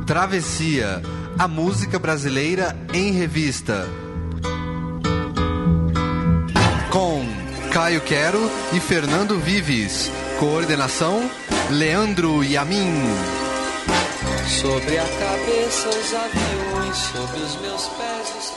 Travessia, a música brasileira em revista. Com Caio Quero e Fernando Vives. Coordenação, Leandro Yamin. Sobre a cabeça os aviões, sobre os meus pés os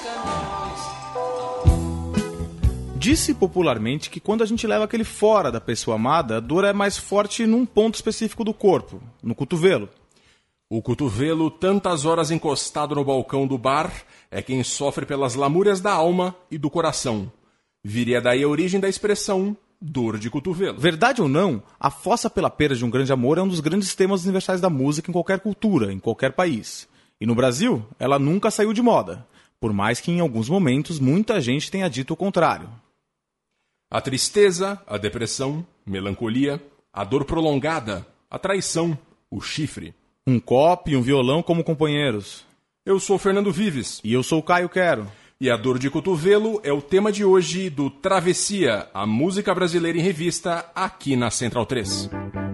caminhões. Disse popularmente que quando a gente leva aquele fora da pessoa amada, a dor é mais forte num ponto específico do corpo, no cotovelo. O cotovelo, tantas horas encostado no balcão do bar, é quem sofre pelas lamúrias da alma e do coração. Viria daí a origem da expressão dor de cotovelo. Verdade ou não, a fossa pela perda de um grande amor é um dos grandes temas universais da música em qualquer cultura, em qualquer país. E no Brasil, ela nunca saiu de moda, por mais que em alguns momentos muita gente tenha dito o contrário. A tristeza, a depressão, melancolia, a dor prolongada, a traição, o chifre. Um copo e um violão como companheiros. Eu sou Fernando Vives. E eu sou o Caio Quero. E a dor de cotovelo é o tema de hoje do Travessia, a música brasileira em revista, aqui na Central 3.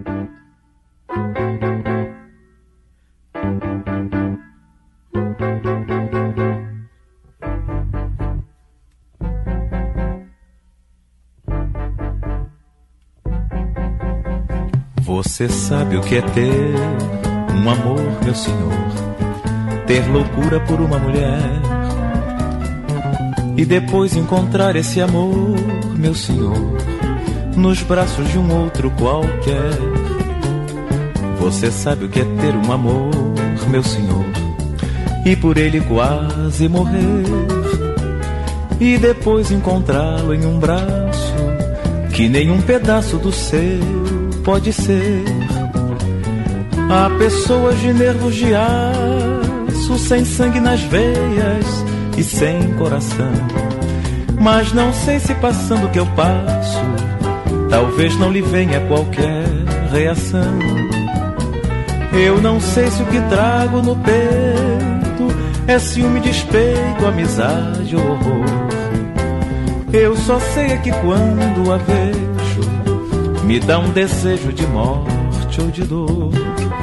Você sabe o que é ter um amor, meu senhor, ter loucura por uma mulher e depois encontrar esse amor, meu senhor, nos braços de um outro qualquer. Você sabe o que é ter um amor, meu senhor, e por ele quase morrer e depois encontrá-lo em um braço que nenhum pedaço do seu pode ser. Há pessoas de nervos de aço, sem sangue nas veias e sem coração, mas não sei se passando o que eu passo, talvez não lhe venha qualquer reação. Eu não sei se o que trago no peito é ciúme, despeito, amizade ou horror. Eu só sei é que quando a vejo me dá um desejo de morte ou de dor.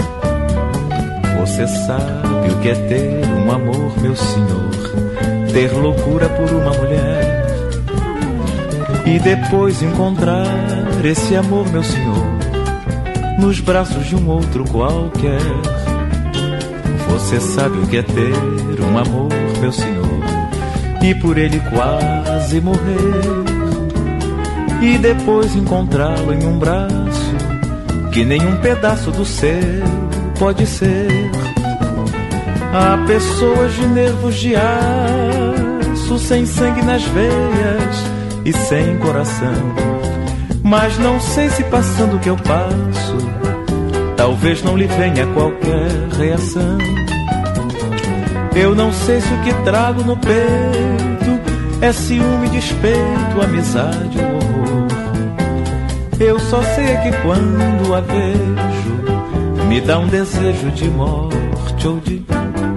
Você sabe o que é ter um amor, meu senhor, ter loucura por uma mulher e depois encontrar esse amor, meu senhor, nos braços de um outro qualquer. Você sabe o que é ter um amor, meu senhor, e por ele quase morrer e depois encontrá-lo em um braço que nenhum pedaço do seu pode ser. Há pessoas de nervos de aço, sem sangue nas veias e sem coração, mas não sei se passando o que eu passo, talvez não lhe venha qualquer reação. Eu não sei se o que trago no peito é ciúme, despeito, amizade ou horror. Eu só sei é que quando a vejo me dá um desejo de morte ou de...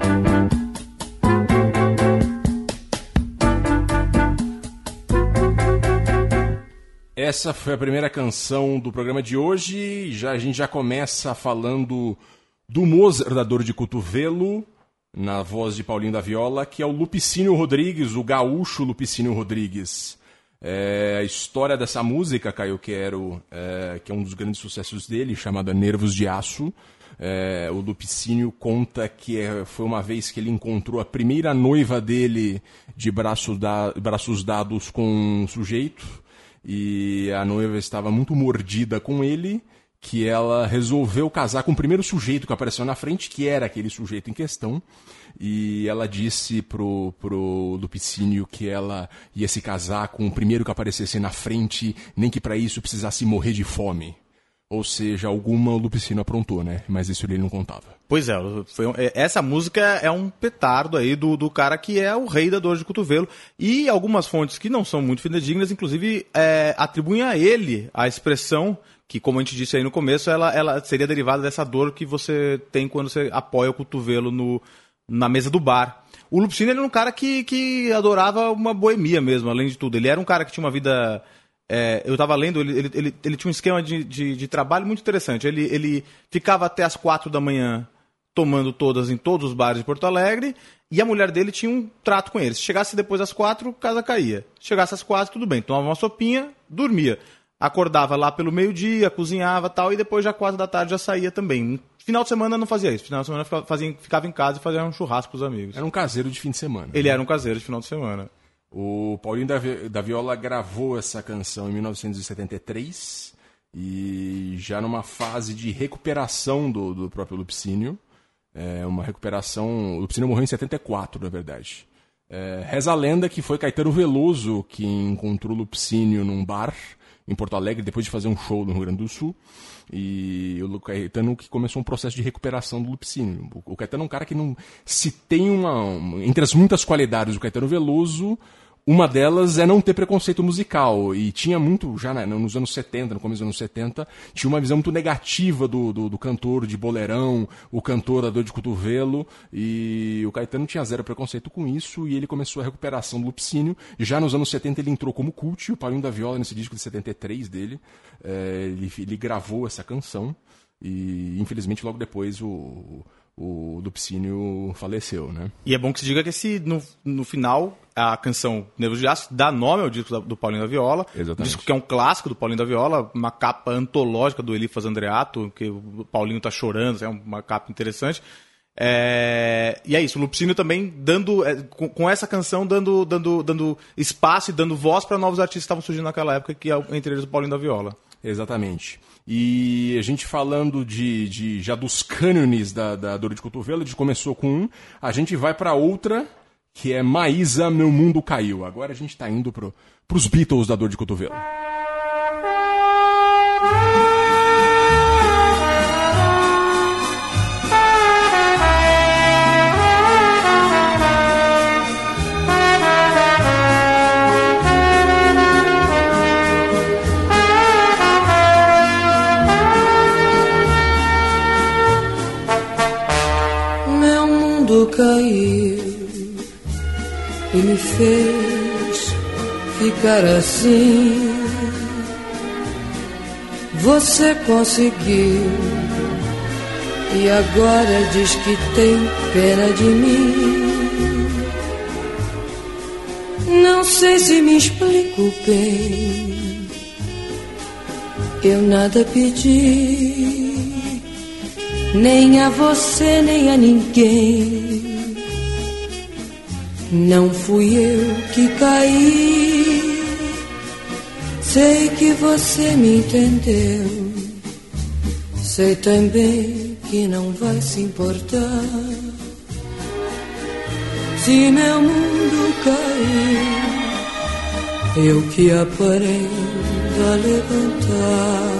Essa foi a primeira canção do programa de hoje. A gente já começa falando do Mozart da dor de cotovelo, na voz de Paulinho da Viola, que é o Lupicínio Rodrigues, o gaúcho Lupicínio Rodrigues. A história dessa música, Caio Quero, que é um dos grandes sucessos dele, chamada Nervos de Aço. O Lupicínio conta que foi uma vez que ele encontrou a primeira noiva dele de braços dados com um sujeito, e a noiva estava muito mordida com ele, que ela resolveu casar com o primeiro sujeito que apareceu na frente, que era aquele sujeito em questão, e ela disse pro Lupicínio que ela ia se casar com o primeiro que aparecesse na frente, nem que para isso precisasse morrer de fome. Ou seja, alguma o Lupicínio aprontou, né? Mas isso ele não contava. Pois é, essa música é um petardo aí do cara que é o rei da dor de cotovelo. E algumas fontes que não são muito fidedignas, inclusive, atribuem a ele a expressão que, como a gente disse aí no começo, ela seria derivada dessa dor que você tem quando você apoia o cotovelo na mesa do bar. O Lupicínio era um cara que adorava uma boemia mesmo, além de tudo. Ele era um cara que tinha uma vida... eu estava lendo, ele tinha um esquema de trabalho muito interessante. Ele ficava até as 4 da manhã tomando todas em todos os bares de Porto Alegre, e a mulher dele tinha um trato com ele. Se chegasse depois das 4, casa caía. Se chegasse às 4, tudo bem. Tomava uma sopinha, dormia. Acordava lá pelo meio-dia, cozinhava e tal, e depois já 4 da tarde já saía também. Final de semana não fazia isso. Final de semana ficava em casa e fazia um churrasco com os amigos. Era um caseiro de fim de semana. Ele era um caseiro de final de semana. O Paulinho da Viola gravou essa canção em 1973 e já numa fase de recuperação do próprio Lupicínio. Uma recuperação... O Lupicínio morreu em 74, na verdade. Reza a lenda que foi Caetano Veloso que encontrou o Lupicínio num bar em Porto Alegre, depois de fazer um show no Rio Grande do Sul, e o Caetano que começou um processo de recuperação do Lupicínio. O Caetano é um cara que não... Se tem entre as muitas qualidades do Caetano Veloso, uma delas é não ter preconceito musical, e tinha muito, já nos anos 70, no começo dos anos 70, tinha uma visão muito negativa do cantor de boleirão, o cantor da dor de cotovelo, e o Caetano tinha zero preconceito com isso, e ele começou a recuperação do Lupicínio. Já nos anos 70 ele entrou como cult, o Paulinho da Viola, nesse disco de 73 dele, ele gravou essa canção, e infelizmente logo depois o Lupicínio faleceu, né? E é bom que se diga que no final a canção Nervos de Aço dá nome ao disco do Paulinho da Viola. Exatamente. Um disco que é um clássico do Paulinho da Viola, uma capa antológica do Elifas Andreato, que o Paulinho tá chorando, é uma capa interessante. E é isso, o Lupicínio também com essa canção dando espaço e dando voz para novos artistas que estavam surgindo naquela época, que entre eles o Paulinho da Viola. Exatamente. E a gente falando já dos cânones da dor de cotovelo, a gente começou com um, a gente vai para outra, que é Maísa, Meu Mundo Caiu. Agora a gente tá indo pros Beatles da dor de cotovelo. Caiu e me fez ficar assim. Você conseguiu e agora diz que tem pena de mim. Não sei se me explico bem. Eu nada pedi, nem a você nem a ninguém. Não fui eu que caí, sei que você me entendeu. Sei também que não vai se importar se meu mundo cair, eu que aprendo a levantar.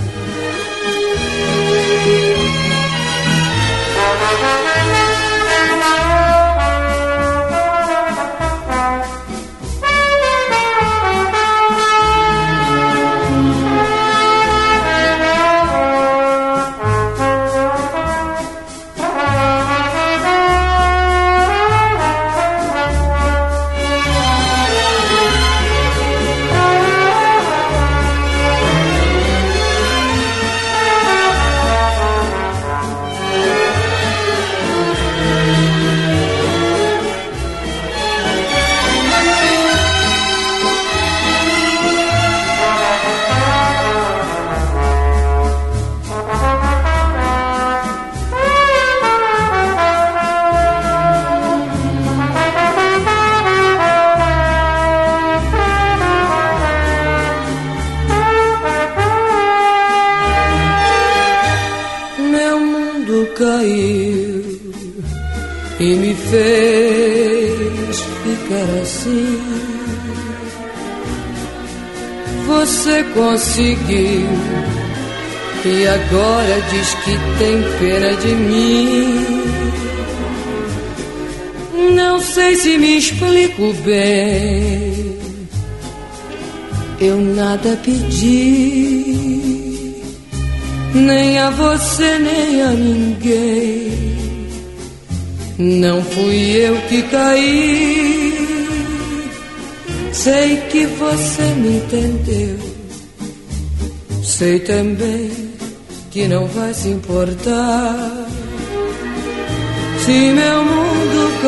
Caiu e me fez ficar assim. Você conseguiu e agora diz que tem pena de mim. Não sei se me explico bem. Eu nada pedi, nem a você nem a ninguém. Não fui eu que caí, sei que você me entendeu. Sei também que não vai se importar se meu mundo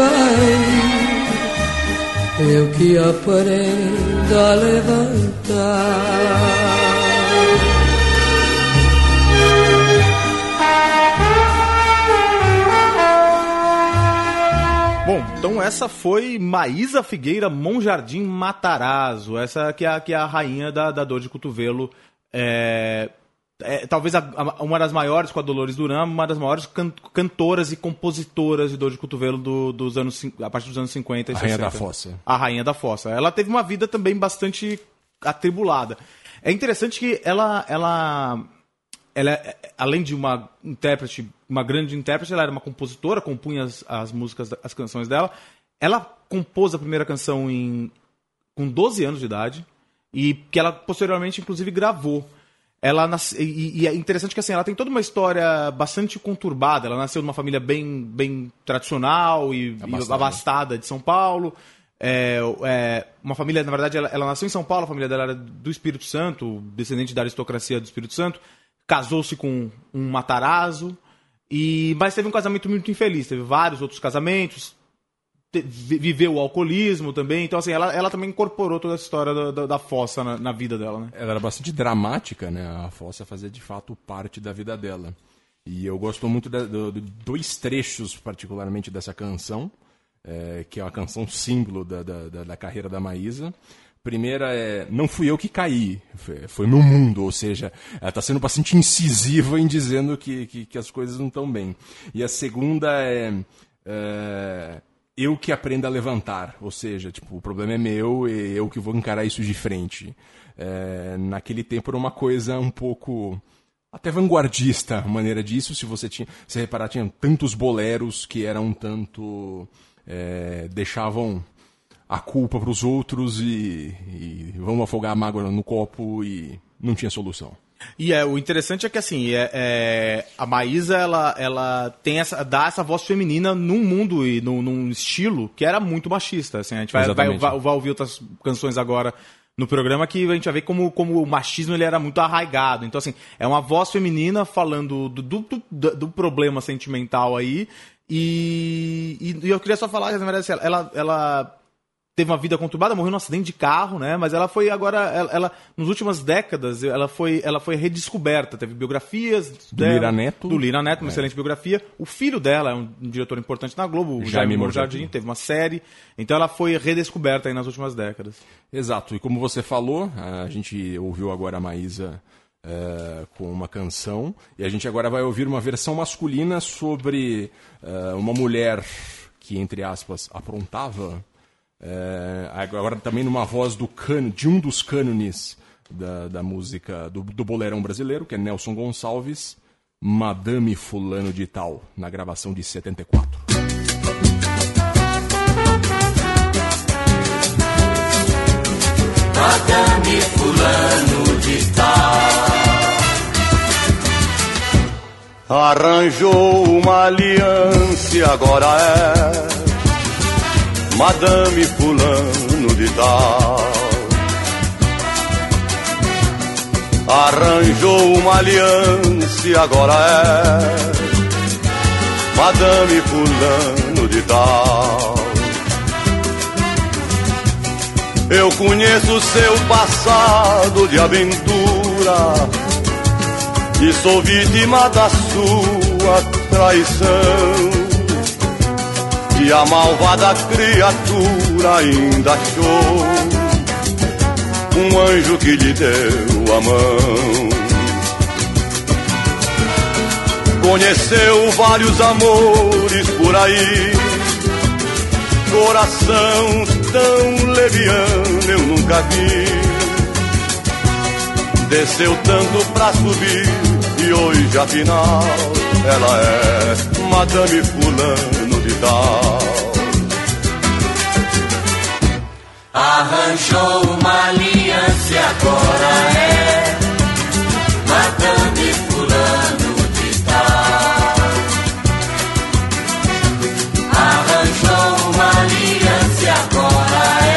cair, eu que aprendo a levantar. Bom, então essa foi Maísa Figueira Monjardim Matarazzo, essa que é a rainha da dor de cotovelo, talvez uma das maiores, com a Dolores Duran, uma das maiores cantoras e compositoras de dor de cotovelo a partir dos anos 50 e 60. A Rainha da Fossa. A Rainha da Fossa. Ela teve uma vida também bastante atribulada. É interessante que ela além de uma intérprete, uma grande intérprete, ela era uma compositora, compunha as músicas, as canções dela. Ela compôs a primeira canção com 12 anos de idade, e que ela posteriormente, inclusive, gravou. E é interessante que assim, ela tem toda uma história bastante conturbada. Ela nasceu numa família bem tradicional e abastada de São Paulo. Uma família, na verdade, ela nasceu em São Paulo, a família dela era do Espírito Santo, descendente da aristocracia do Espírito Santo. Casou-se com um Matarazzo, mas teve um casamento muito infeliz. Teve vários outros casamentos, viveu o alcoolismo também. Então, assim, ela também incorporou toda essa história da fossa na vida dela, né? Ela era bastante dramática, né? A fossa fazia, de fato, parte da vida dela. E eu gosto muito de dois trechos, particularmente, dessa canção, que é uma canção símbolo da carreira da Maísa. Primeira não fui eu que caí, foi meu mundo, ou seja, ela está sendo bastante incisiva em dizendo que as coisas não estão bem. E a segunda eu que aprendo a levantar, ou seja, tipo, o problema é meu e eu que vou encarar isso de frente. Naquele tempo era uma coisa um pouco até vanguardista, a maneira disso. Se você reparar, tinha tantos boleros que eram um tanto... deixavam a culpa para os outros e vamos afogar a mágoa no copo, e não tinha solução. E o interessante é que assim, a Maísa ela dá essa voz feminina num mundo e num estilo que era muito machista. Assim, a gente vai ouvir outras canções agora no programa que a gente vai ver como o machismo ele era muito arraigado. Então, assim, é uma voz feminina falando do problema sentimental aí. E eu queria só falar que, na verdade, assim, ela teve uma vida conturbada, morreu num acidente de carro, né? Mas ela foi agora, nas últimas décadas, ela foi redescoberta. Teve biografias do Lira Neto, uma excelente biografia. O filho dela é um diretor importante na Globo, o Jaime Monjardim, teve uma série. Então ela foi redescoberta aí nas últimas décadas. Exato. E como você falou, a gente ouviu agora a Maísa com uma canção, e a gente agora vai ouvir uma versão masculina sobre uma mulher que, entre aspas, aprontava. Agora também numa voz de um dos cânones da música do boleirão brasileiro, que é Nelson Gonçalves, Madame Fulano de Tal, na gravação de 74. Madame Fulano de Tal arranjou uma aliança e agora Madame Fulano de Tal arranjou uma aliança e agora Madame Fulano de Tal. Eu conheço seu passado de aventura e sou vítima da sua traição. E a malvada criatura ainda achou um anjo que lhe deu a mão. Conheceu vários amores por aí, coração tão leviano eu nunca vi. Desceu tanto pra subir e hoje afinal ela é Madame Fulano de Tal. Arranjou uma aliança e agora é Madame Fulano de Tal. Arranjou uma aliança e agora é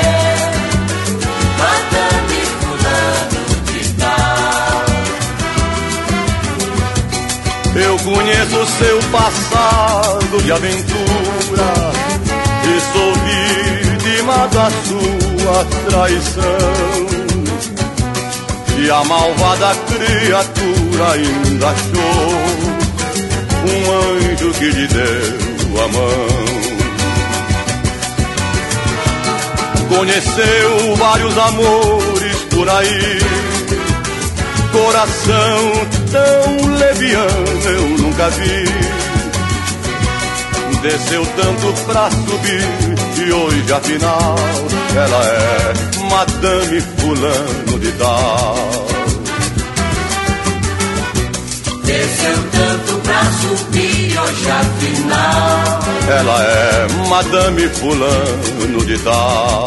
Madame Fulano de Tal. Eu conheço seu passado de aventura e sou vítima da sua traição. E a malvada criatura ainda achou um anjo que lhe deu a mão. Conheceu vários amores por aí, coração tão leviano eu nunca vi. Desceu tanto pra subir e hoje afinal ela é Madame Fulano de Tal. Desceu tanto pra subir hoje afinal ela é Madame Fulano de Tal.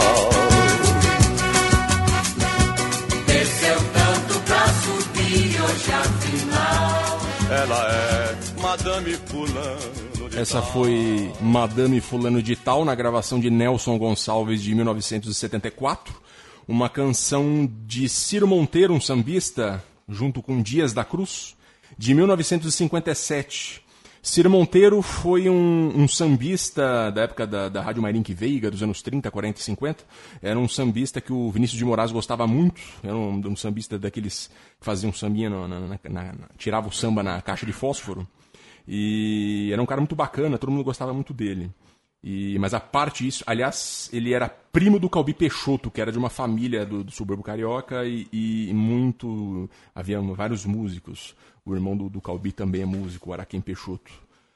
Desceu tanto pra subir hoje afinal Ela é Madame Fulano de Tal. Essa foi Madame Fulano de Tal, na gravação de Nelson Gonçalves de 1974. Uma canção de Ciro Monteiro, um sambista, junto com Dias da Cruz, de 1957. Ciro Monteiro foi um sambista da época da Rádio Mairink Veiga, dos anos 30, 40 e 50. Era um sambista que o Vinícius de Moraes gostava muito. Era um sambista daqueles que faziam sambinha, tirava o samba na caixa de fósforo. E era um cara muito bacana, todo mundo gostava muito dele. Mas a parte disso, aliás, ele era primo do Calbi Peixoto, que era de uma família do subúrbio carioca e havia vários músicos. O irmão do Calbi também é músico, o Araquém Peixoto.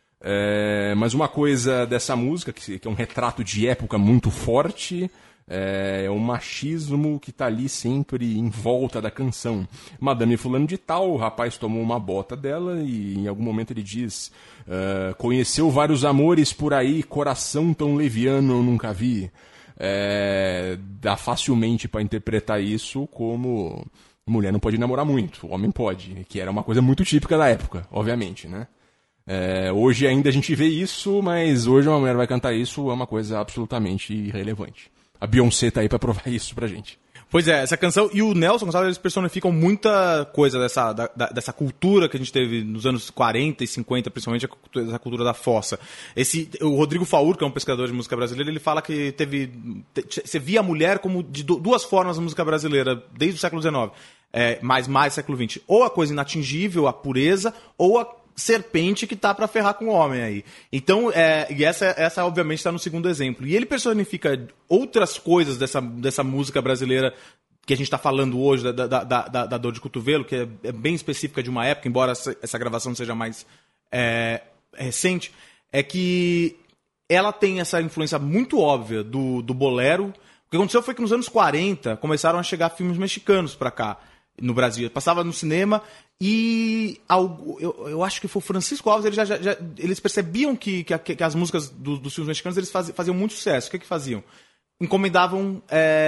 Mas uma coisa dessa música, que é um retrato de época muito forte, é o machismo que está ali sempre em volta da canção. Madame Fulano de Tal, o rapaz tomou uma bota dela e em algum momento ele diz: conheceu vários amores por aí, coração tão leviano eu nunca vi. Dá facilmente para interpretar isso como mulher não pode namorar muito, o homem pode, que era uma coisa muito típica da época, obviamente, né? Hoje ainda a gente vê isso, mas hoje uma mulher vai cantar isso é uma coisa absolutamente irrelevante. A Beyoncé tá aí pra provar isso pra gente. Pois é, essa canção e o Nelson Gonçalves, eles personificam muita coisa dessa cultura que a gente teve nos anos 40 e 50, principalmente essa cultura da fossa. O Rodrigo Faur, que é um pesquisador de música brasileira, ele fala que você via a mulher como de duas formas na música brasileira, desde o século XIX, mais século XX. Ou a coisa inatingível, a pureza, ou a serpente que tá pra ferrar com o homem aí. Então, e essa obviamente está no segundo exemplo. E ele personifica outras coisas dessa música brasileira que a gente está falando hoje, da dor de cotovelo, que é bem específica de uma época, embora essa gravação seja mais recente, é que ela tem essa influência muito óbvia do bolero. O que aconteceu foi que nos anos 40 começaram a chegar filmes mexicanos pra cá, no Brasil. Passava no cinema e eu acho que foi o Francisco Alves, eles percebiam que as músicas dos filmes mexicanos eles faziam muito sucesso. O que faziam? Encomendavam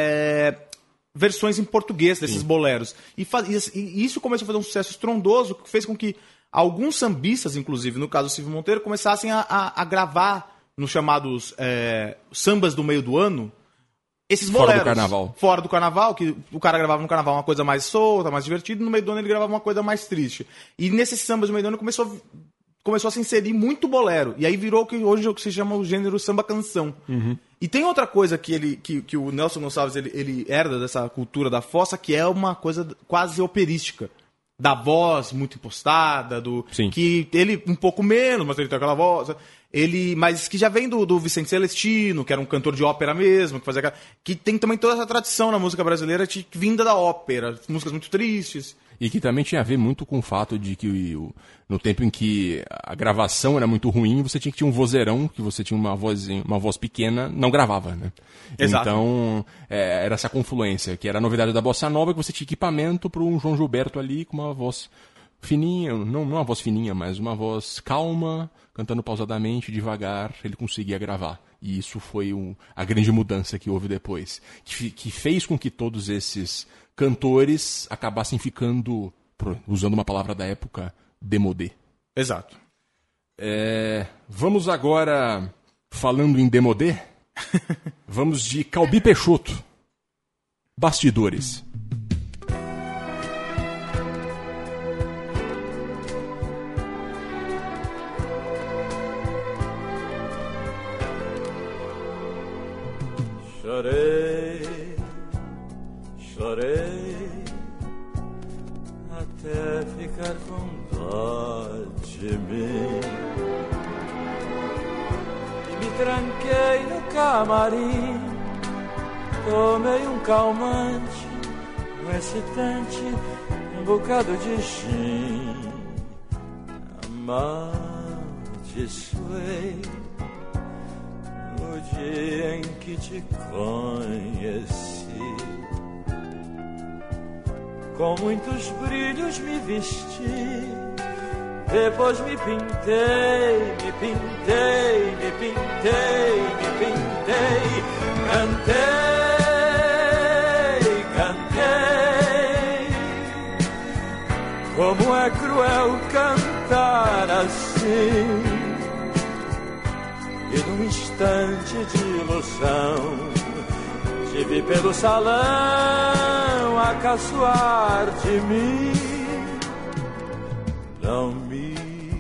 versões em português desses boleros. E isso começou a fazer um sucesso estrondoso, que fez com que alguns sambistas, inclusive, no caso do Silvio Monteiro, começassem a gravar nos chamados sambas do meio do ano, esses boleros. Fora do carnaval. Fora do carnaval, que o cara gravava no carnaval uma coisa mais solta, mais divertida, e no meio do ano ele gravava uma coisa mais triste. E nesses sambas do meio do ano começou a se inserir muito bolero. E aí virou o que hoje se chama o gênero samba-canção. Uhum. E tem outra coisa que o Nelson Gonçalves ele herda dessa cultura da fossa, que é uma coisa quase operística. Da voz muito impostada, Sim. Que ele um pouco menos, mas ele tem aquela voz... mas que já vem do Vicente Celestino, que era um cantor de ópera mesmo, que tem também toda essa tradição na música brasileira vinda da ópera, músicas muito tristes. E que também tinha a ver muito com o fato de que no tempo em que a gravação era muito ruim, você tinha que ter um vozeirão, que você tinha uma voz pequena, não gravava, né? Exato. Então, era essa confluência, que era a novidade da bossa nova, que você tinha equipamento para um João Gilberto ali com uma voz fininha, não uma voz fininha, mas uma voz calma, cantando pausadamente, devagar, ele conseguia gravar. E isso foi a grande mudança que houve depois, que fez com que todos esses cantores acabassem ficando, usando uma palavra da época, demodé. Exato. Vamos agora, falando em demodé, vamos de Calbi Peixoto, Bastidores. Chorei, chorei, até ficar com dó de mim. E me tranquei no camarim, tomei um calmante, um excitante, um bocado de gin. Amaldiçoei o dia em que te conheci. Com muitos brilhos me vesti, depois me pintei, me pintei, me pintei, me pintei. Cantei, cantei. Como é cruel cantar assim, e num instante de ilusão te vi pelo salão a caçoar de mim. Não me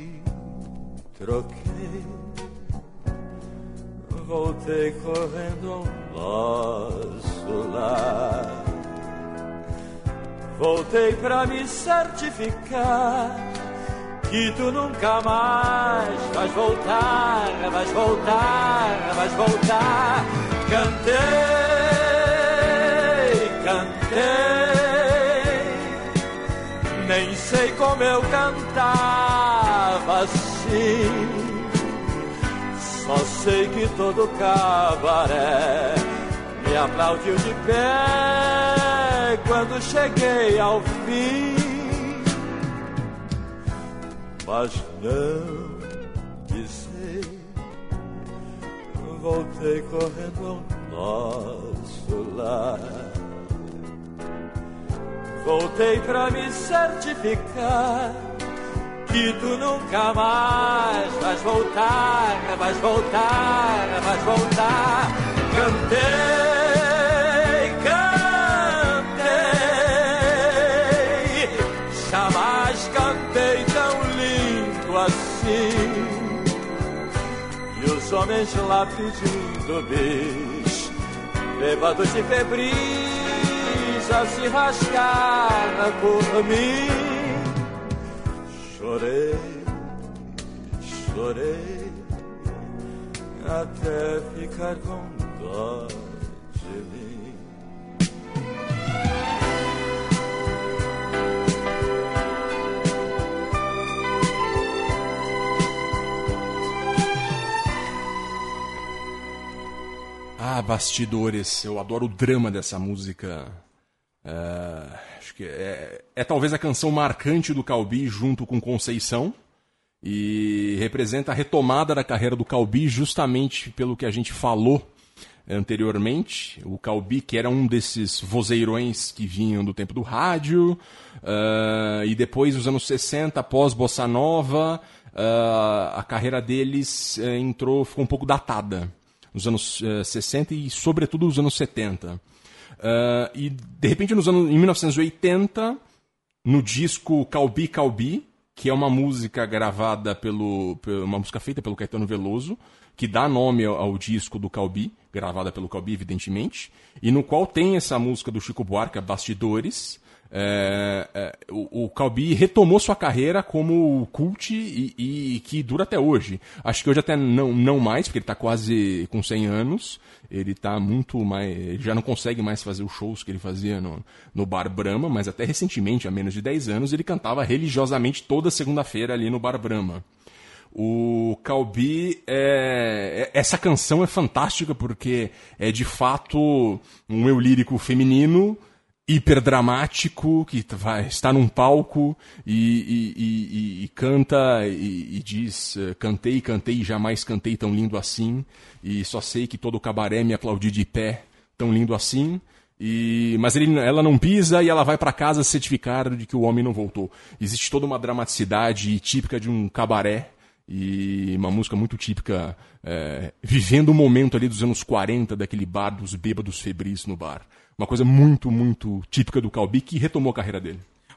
troquei, voltei correndo ao nosso lar. Voltei pra me certificar que tu nunca mais vais voltar, vais voltar, vais voltar. Cantei, cantei, nem sei como eu cantava assim. Só sei que todo cabaré me aplaudiu de pé quando cheguei ao fim. Mas não pisei, voltei correndo ao nosso lar. Voltei pra me certificar que tu nunca mais vais voltar, vais voltar, vais voltar. Cantei, cantei, jamais cantei tão lindo assim. E os homens lá pedindo bis, bêbados e febris, a se rasgar por mim. Chorei, chorei, até ficar com dó de mim. Ah, Bastidores, eu adoro o drama dessa música. Acho que é talvez a canção marcante do Calbi junto com Conceição, e representa a retomada da carreira do Calbi justamente pelo que a gente falou anteriormente. O Calbi, que era um desses vozeirões que vinham do tempo do rádio, e depois dos anos 60, após Bossa Nova, a carreira deles ficou um pouco datada, nos anos 60 e sobretudo nos anos 70. E de repente em 1980, no disco Calbi Calbi, que é uma música gravada uma música feita pelo Caetano Veloso, que dá nome ao disco do Calbi, gravada pelo Calbi, evidentemente, e no qual tem essa música do Chico Buarque, Bastidores. O Calbi retomou sua carreira como cult e que dura até hoje. Acho que hoje até não mais, porque ele está quase com 100 anos. Ele tá muito mais. Ele já não consegue mais fazer os shows que ele fazia no Bar Brahma, mas até recentemente, há menos de 10 anos, ele cantava religiosamente toda segunda-feira ali no Bar Brahma. O Calbi, essa canção é fantástica porque é de fato um eu lírico feminino, hiperdramático, que está num palco e canta e diz: cantei, cantei, jamais cantei tão lindo assim, e só sei que todo o cabaré me aplaudiu de pé tão lindo assim. Mas ela não pisa e ela vai para casa certificar de que o homem não voltou. Existe toda uma dramaticidade típica de um cabaré, e uma música muito típica, vivendo o momento ali dos anos 40, daquele bar dos bêbados febris no bar. Uma coisa muito, muito típica do Calbi, que retomou a carreira dele.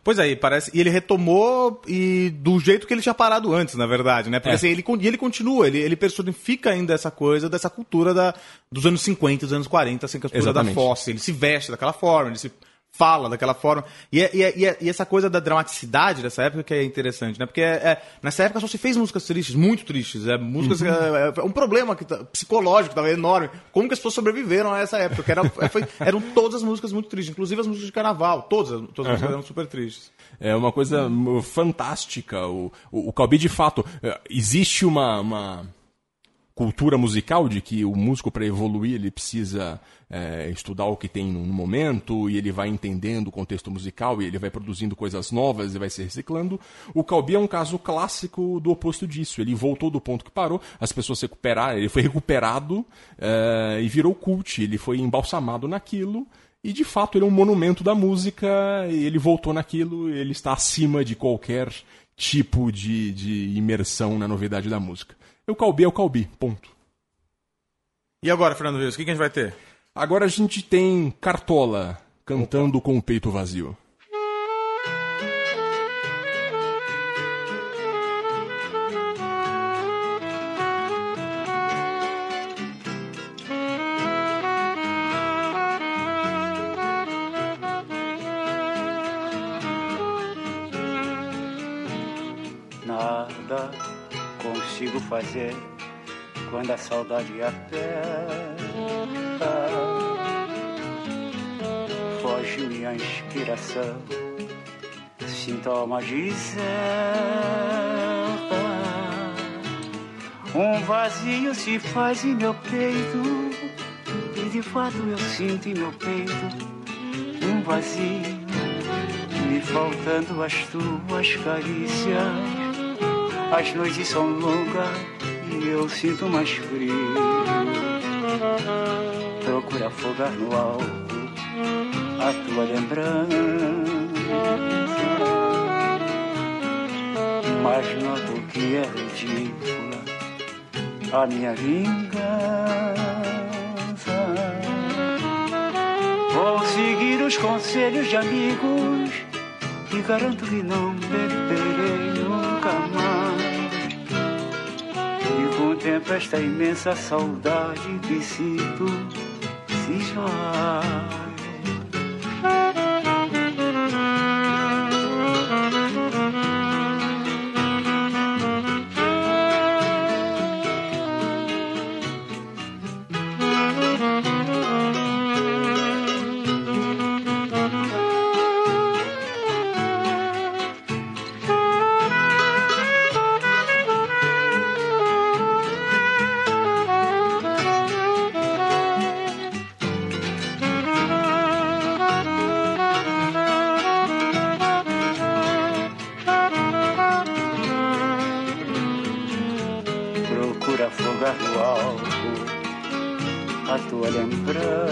Pois é, parece. E ele retomou e do jeito que ele tinha parado antes, na verdade, né? Porque assim, ele continua, ele personifica ainda essa coisa dessa cultura dos anos 50, dos anos 40, assim, que a cultura da fossa. Ele se veste daquela forma, ele se fala daquela forma. E essa coisa da dramaticidade dessa época que é interessante, né? Porque nessa época só se fez músicas tristes, muito tristes. Músicas, é um problema psicológico que estava enorme. Como que as pessoas sobreviveram a essa época? Eram todas as músicas muito tristes, inclusive as músicas de carnaval. Todas as músicas eram super tristes. É uma coisa fantástica. O Calbi, de fato, existe uma cultura musical de que o músico, para evoluir, ele precisa estudar o que tem no momento, e ele vai entendendo o contexto musical, e ele vai produzindo coisas novas e vai se reciclando. O Calbi é um caso clássico do oposto disso. Ele voltou do ponto que parou, as pessoas se recuperaram, ele foi recuperado e virou cult, ele foi embalsamado naquilo, e de fato ele é um monumento da música, e ele voltou naquilo, ele está acima de qualquer tipo de imersão na novidade da música. O Calbi é o Calbi, ponto. E agora, Fernando Rios, o que a gente vai ter? Agora a gente tem Cartola cantando com o peito vazio. Nada consigo fazer quando a saudade aperta. Foge minha inspiração, sintoma deserta. Um vazio se faz em meu peito, e de fato eu sinto em meu peito um vazio, me faltando as tuas carícias. As noites são longas e eu sinto mais frio. Procuro afogar no álcool a tua lembrança, mas noto que é ridícula a minha vingança. Vou seguir os conselhos de amigos e garanto que não beberei nunca mais. E com o tempo esta imensa saudade que sinto se esvai. Afogar no álcool a tua lembrança,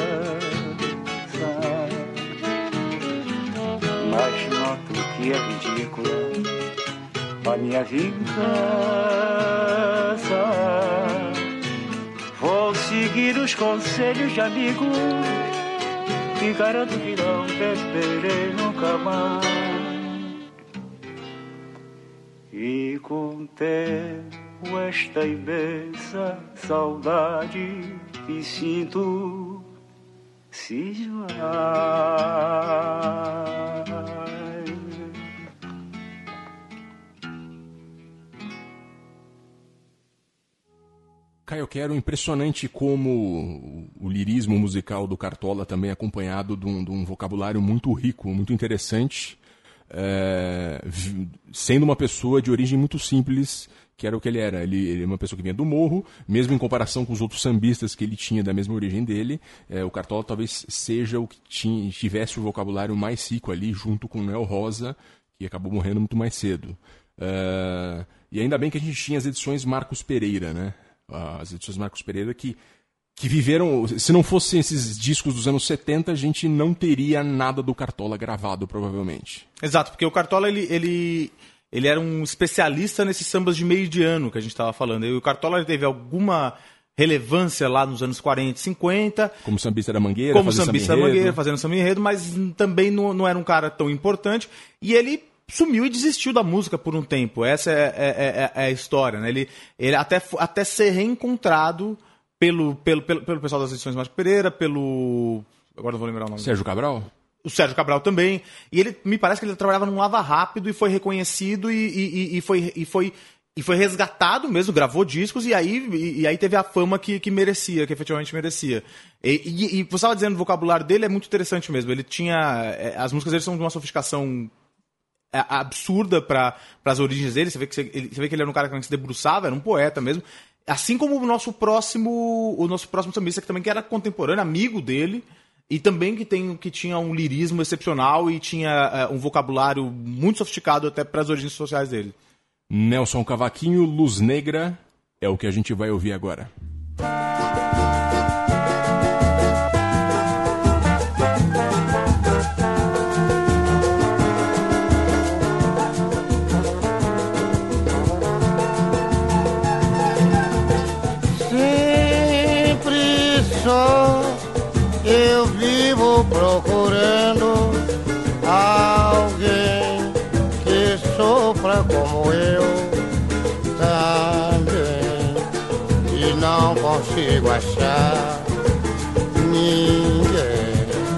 mas noto que é ridícula a minha vingança. Vou seguir os conselhos de amigos e garanto que não beberei nunca mais. E com o tempo esta imensa saudade que sinto se esvai. Caio, eu quero impressionante como o lirismo musical do Cartola também é acompanhado de um vocabulário muito rico, muito interessante, sendo uma pessoa de origem muito simples, que era o que ele era. Ele é uma pessoa que vinha do morro, mesmo em comparação com os outros sambistas que ele tinha da mesma origem dele. O Cartola talvez seja o que tivesse o vocabulário mais rico ali, junto com o Noel Rosa, que acabou morrendo muito mais cedo. E ainda bem que a gente tinha as edições Marcos Pereira, né? As edições Marcos Pereira que viveram... Se não fossem esses discos dos anos 70, a gente não teria nada do Cartola gravado, provavelmente. Exato, porque o Cartola, ele era um especialista nesses sambas de meio de ano que a gente estava falando. E o Cartola teve alguma relevância lá nos anos 40 e 50. Como sambista da Mangueira, fazendo samba enredo, mas também não era um cara tão importante. E ele sumiu e desistiu da música por um tempo. Essa é a história, né? Ele até ser reencontrado pelo pessoal das edições Márcio Pereira, agora não vou lembrar o nome. Sérgio Cabral? O Sérgio Cabral também. E ele, me parece que ele trabalhava num Lava Rápido e foi reconhecido e foi resgatado mesmo, gravou discos e aí teve a fama que merecia, que efetivamente merecia. E você estava dizendo, o vocabulário dele é muito interessante mesmo. Ele tinha... As músicas dele são de uma sofisticação absurda para as origens dele. Você vê que ele era um cara que se debruçava, era um poeta mesmo. Assim como o nosso próximo sambista, que também que era contemporâneo, amigo dele, e também que tinha um lirismo excepcional e tinha um vocabulário muito sofisticado até para as origens sociais dele. Nelson Cavaquinho, Luz Negra, é o que a gente vai ouvir agora. Sempre só eu vivo procurando alguém que sofra como eu também, e não consigo achar ninguém.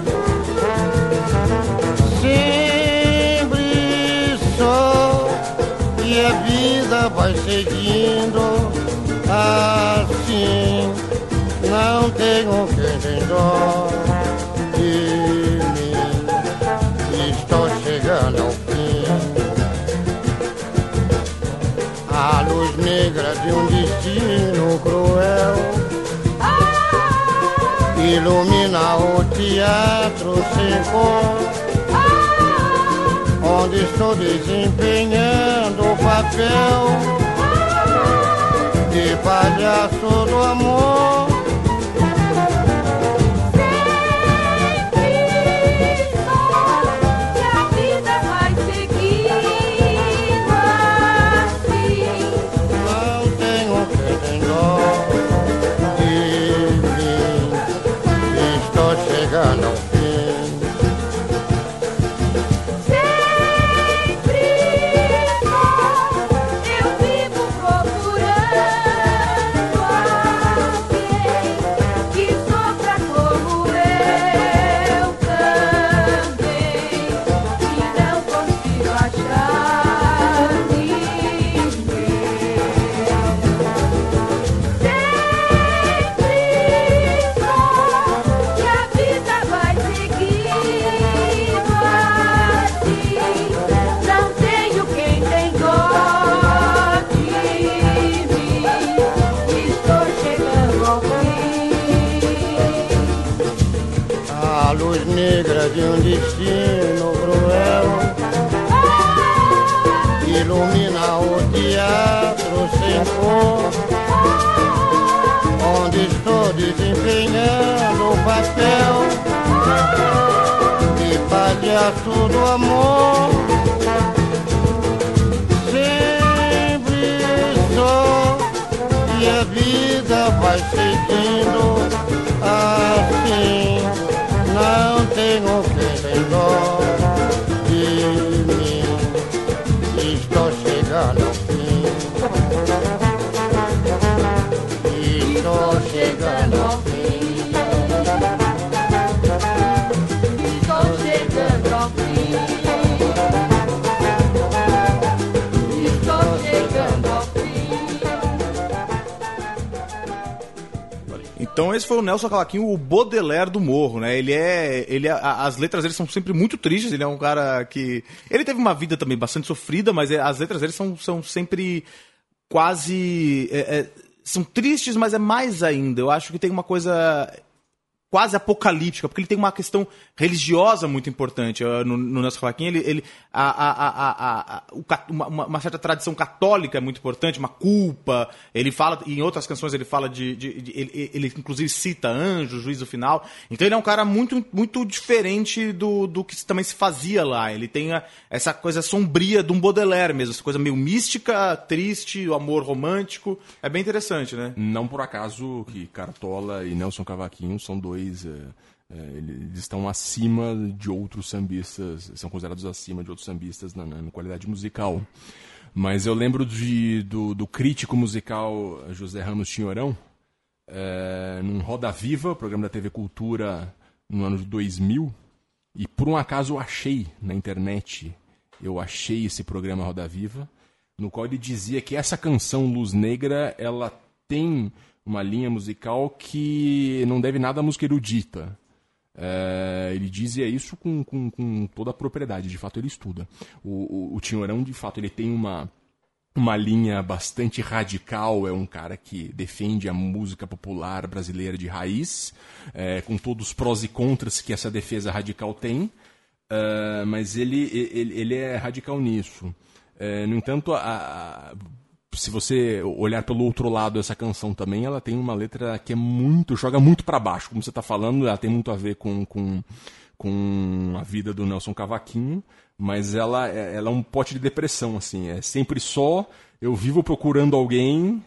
Sempre só e a vida vai seguindo assim, não tenho quem tem dó de mim, estou chegando ao fim. A luz negra de um destino cruel ilumina o teatro sem cor, onde estou desempenhando o papel de palhaço do amor. De um destino cruel ilumina o teatro sem cor, onde estou desempenhando o papel de palhaço do amor. Sempre só e a vida vai seguindo assim, não tenho quem tem dó de mim, estou chegando ao fim, estou chegando ao fim, estou chegando ao fim, estou chegando ao fim. Então esse foi o Nelson Cavaquinho, o Baudelaire do Morro, né? As letras dele são sempre muito tristes, ele é um cara que... Ele teve uma vida também bastante sofrida, mas as letras dele são sempre quase... são tristes, mas é mais ainda. Eu acho que tem uma coisa quase apocalíptica, porque ele tem uma questão religiosa muito importante. No Nelson Cavaquinho, uma certa tradição católica é muito importante, uma culpa. Ele fala, em outras canções ele fala ele inclusive cita anjo, juízo final. Então ele é um cara muito, muito diferente do que também se fazia lá. Ele tem essa coisa sombria de um Baudelaire mesmo, essa coisa meio mística, triste, o amor romântico. É bem interessante, né? Não por acaso que Cartola e Nelson Cavaquinho são dois... eles estão acima de outros sambistas, são considerados acima de outros sambistas na qualidade musical. Mas eu lembro do crítico musical José Ramos Tinhorão, num Roda Viva, programa da TV Cultura, no ano de 2000, e por um acaso eu achei na internet, esse programa Roda Viva, no qual ele dizia que essa canção Luz Negra, ela tem uma linha musical que não deve nada à música erudita. Ele dizia isso com toda a propriedade, de fato ele estuda. O Tinhorão, de fato, ele tem uma linha bastante radical, é um cara que defende a música popular brasileira de raiz, com todos os prós e contras que essa defesa radical tem, mas ele é radical nisso. No entanto, se você olhar pelo outro lado essa canção também, ela tem uma letra que joga muito para baixo, como você está falando, ela tem muito a ver com a vida do Nelson Cavaquinho, mas ela é um pote de depressão, assim, é sempre só, eu vivo procurando alguém,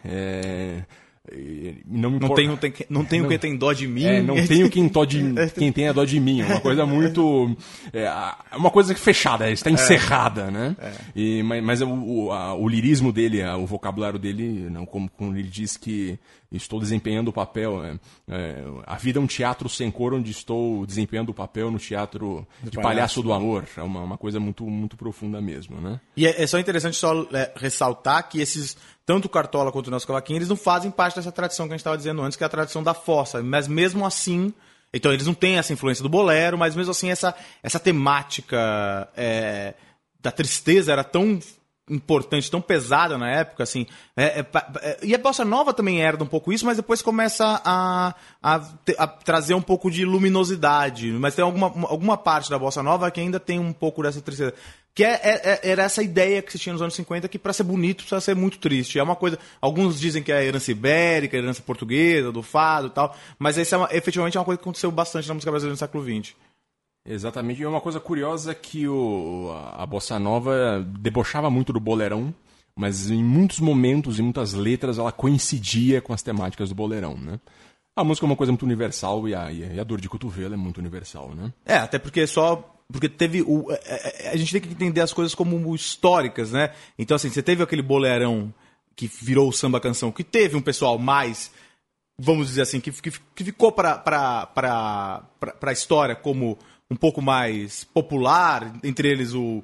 não tenho quem tem dó de mim. Não tenho quem tenha dó de mim. É uma coisa muito... É uma coisa fechada, está encerrada, né? Mas o lirismo dele, o vocabulário dele, não, como ele diz que estou desempenhando o papel... a vida é um teatro sem cor, onde estou desempenhando o papel no teatro de palhaço do amor. É uma coisa muito, muito profunda mesmo, né? E é só interessante ressaltar que tanto o Cartola quanto o Nelson Cavaquinho, eles não fazem parte dessa tradição que a gente estava dizendo antes, que é a tradição da fossa. Mas mesmo assim, então eles não têm essa influência do bolero, mas mesmo assim essa temática da tristeza era tão importante, tão pesada na época, assim. E a bossa nova também herda um pouco isso, mas depois começa a trazer um pouco de luminosidade. Mas tem alguma parte da bossa nova que ainda tem um pouco dessa tristeza. Que era essa ideia que se tinha nos anos 50, que para ser bonito precisa ser muito triste. É uma coisa, alguns dizem que é a herança ibérica, a herança portuguesa, do fado e tal, mas essa efetivamente é uma coisa que aconteceu bastante na música brasileira no século XX. Exatamente, e uma coisa curiosa que a bossa nova debochava muito do boleirão, mas em muitos momentos, em muitas letras, ela coincidia com as temáticas do boleirão, né? A música é uma coisa muito universal e a dor de cotovelo é muito universal, né? Até porque teve a gente tem que entender as coisas como históricas, né? Então, assim, você teve aquele boleirão que virou o samba canção, que teve um pessoal mais, vamos dizer assim, que ficou para a história como um pouco mais popular, entre eles o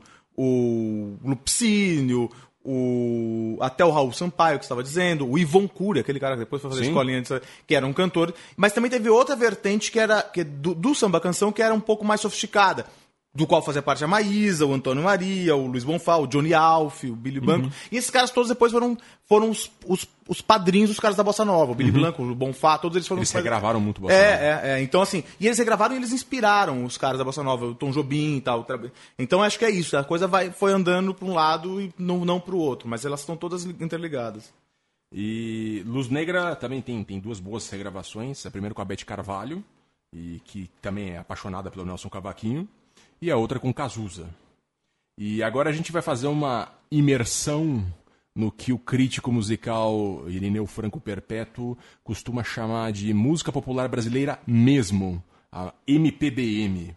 Lupicínio, até o Raul Sampaio, que estava dizendo, o Ivon Cury, aquele cara que depois foi fazer escolinha, que era um cantor, mas também teve outra vertente que era do samba canção, que era um pouco mais sofisticada, do qual fazia parte a Maísa, o Antônio Maria, o Luiz Bonfá, o Johnny Alf, o Billy Blanco. E esses caras todos depois foram os padrinhos dos caras da Bossa Nova. O Billy Blanco, o Bonfá, todos eles foram... Eles regravaram muito Bossa Nova. Então, assim... E eles regravaram e eles inspiraram os caras da Bossa Nova, o Tom Jobim e tal. Então, acho que é isso. A coisa foi andando para um lado e não para o outro. Mas elas estão todas interligadas. E Luz Negra também tem duas boas regravações. A primeira com a Beth Carvalho, que também é apaixonada pelo Nelson Cavaquinho. E a outra com Cazuza. E agora a gente vai fazer uma imersão no que o crítico musical Irineu Franco Perpétuo costuma chamar de música popular brasileira mesmo, a MPBM.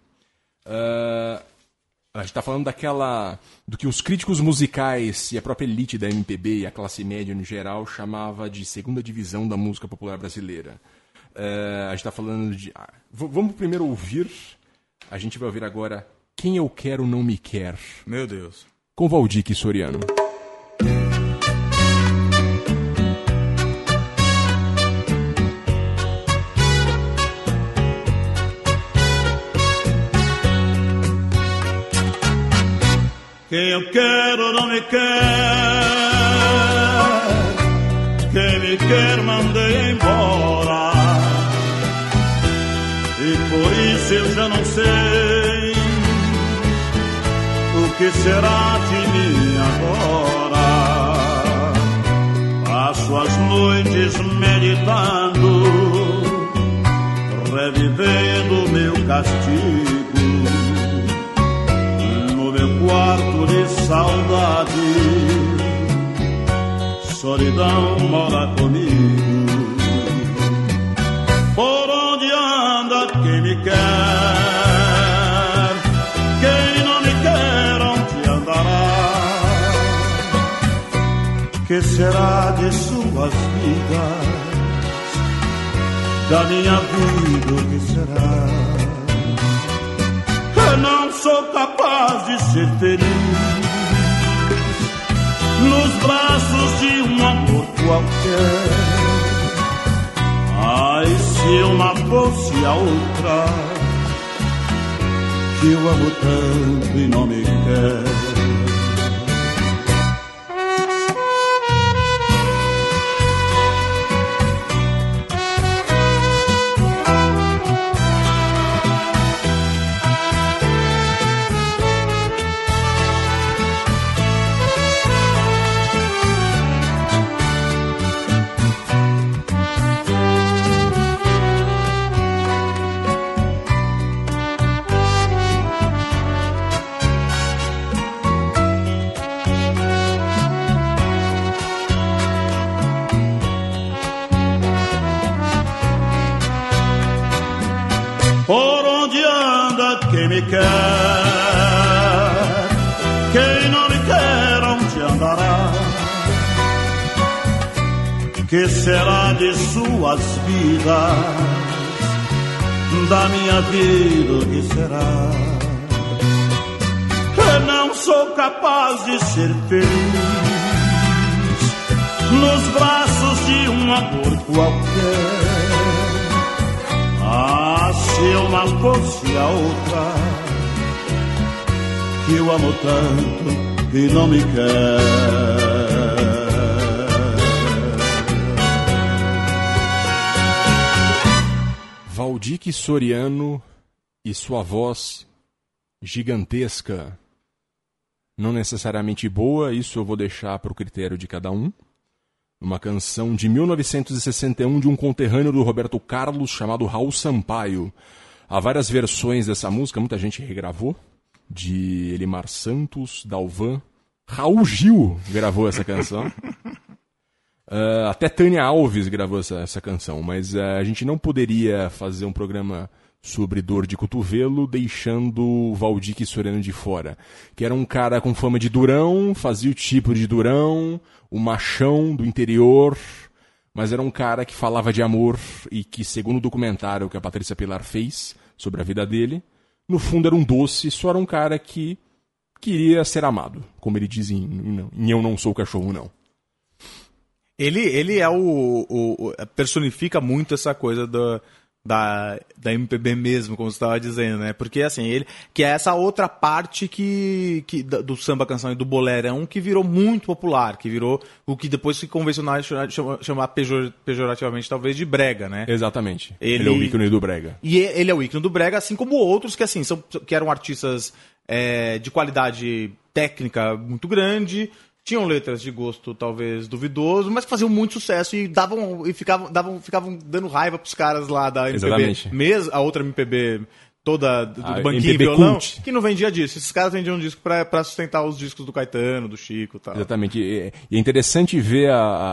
A gente está falando do que os críticos musicais e a própria elite da MPB e a classe média no geral chamava de segunda divisão da música popular brasileira. A gente está falando de... Vamos primeiro ouvir... A gente vai ouvir agora Quem Eu Quero Não Me Quer. Meu Deus. Com Valdir Soriano. Quem eu quero não me quer, quem me quer mandei embora. Por isso eu já não sei o que será de mim agora. Passo as noites meditando, revivendo meu castigo. No meu quarto de saudade, solidão mora comigo. Por onde anda quem me quer? Quem não me quer, onde andará? Que será de suas vidas? Da minha vida, o que será? Eu não sou capaz de ser feliz nos braços de um amor qualquer. Ai, se uma fosse a outra, que eu amo tanto e não me quer. Por onde anda quem me quer? Quem não me quer, onde andará? Que será de suas vidas? Da minha vida, o que será? Eu não sou capaz de ser feliz nos braços de um amor qualquer. Ah, se uma fosse a outra, que eu amo tanto e não me quer. Valdir Soriano e sua voz gigantesca, não necessariamente boa, isso eu vou deixar para o critério de cada um. Uma canção de 1961 de um conterrâneo do Roberto Carlos chamado Raul Sampaio. Há várias versões dessa música, muita gente regravou, de Elimar Santos, Dalvan. Raul Gil gravou essa canção. Até Tânia Alves gravou essa canção, mas a gente não poderia fazer um programa sobre dor de cotovelo deixando o Valdir Soriano de fora, que era um cara com fama de durão, fazia o tipo de durão, o machão do interior, mas era um cara que falava de amor e que, segundo o documentário que a Patrícia Pilar fez sobre a vida dele, no fundo era um doce, só era um cara que queria ser amado, como ele diz em Eu Não Sou Cachorro, Não. Ele é personifica muito essa coisa da MPB mesmo, como você estava dizendo, né? Porque, assim, ele que é essa outra parte do samba canção e do bolerão que virou muito popular, que virou o que depois se convencional chamar pejorativamente, talvez, de brega, né? Exatamente. Ele é o ícone do brega. E ele é o ícone do brega, assim como outros que, assim, que eram artistas de qualidade técnica muito grande, tinham letras de gosto talvez duvidoso, mas que faziam muito sucesso e ficavam dando raiva pros caras lá da MPB. Exatamente. Mesmo a outra MPB toda do banquinho MPB e violão, cult, que não vendia disco. Esses caras vendiam disco pra sustentar os discos do Caetano, do Chico e tal. Exatamente. E é interessante ver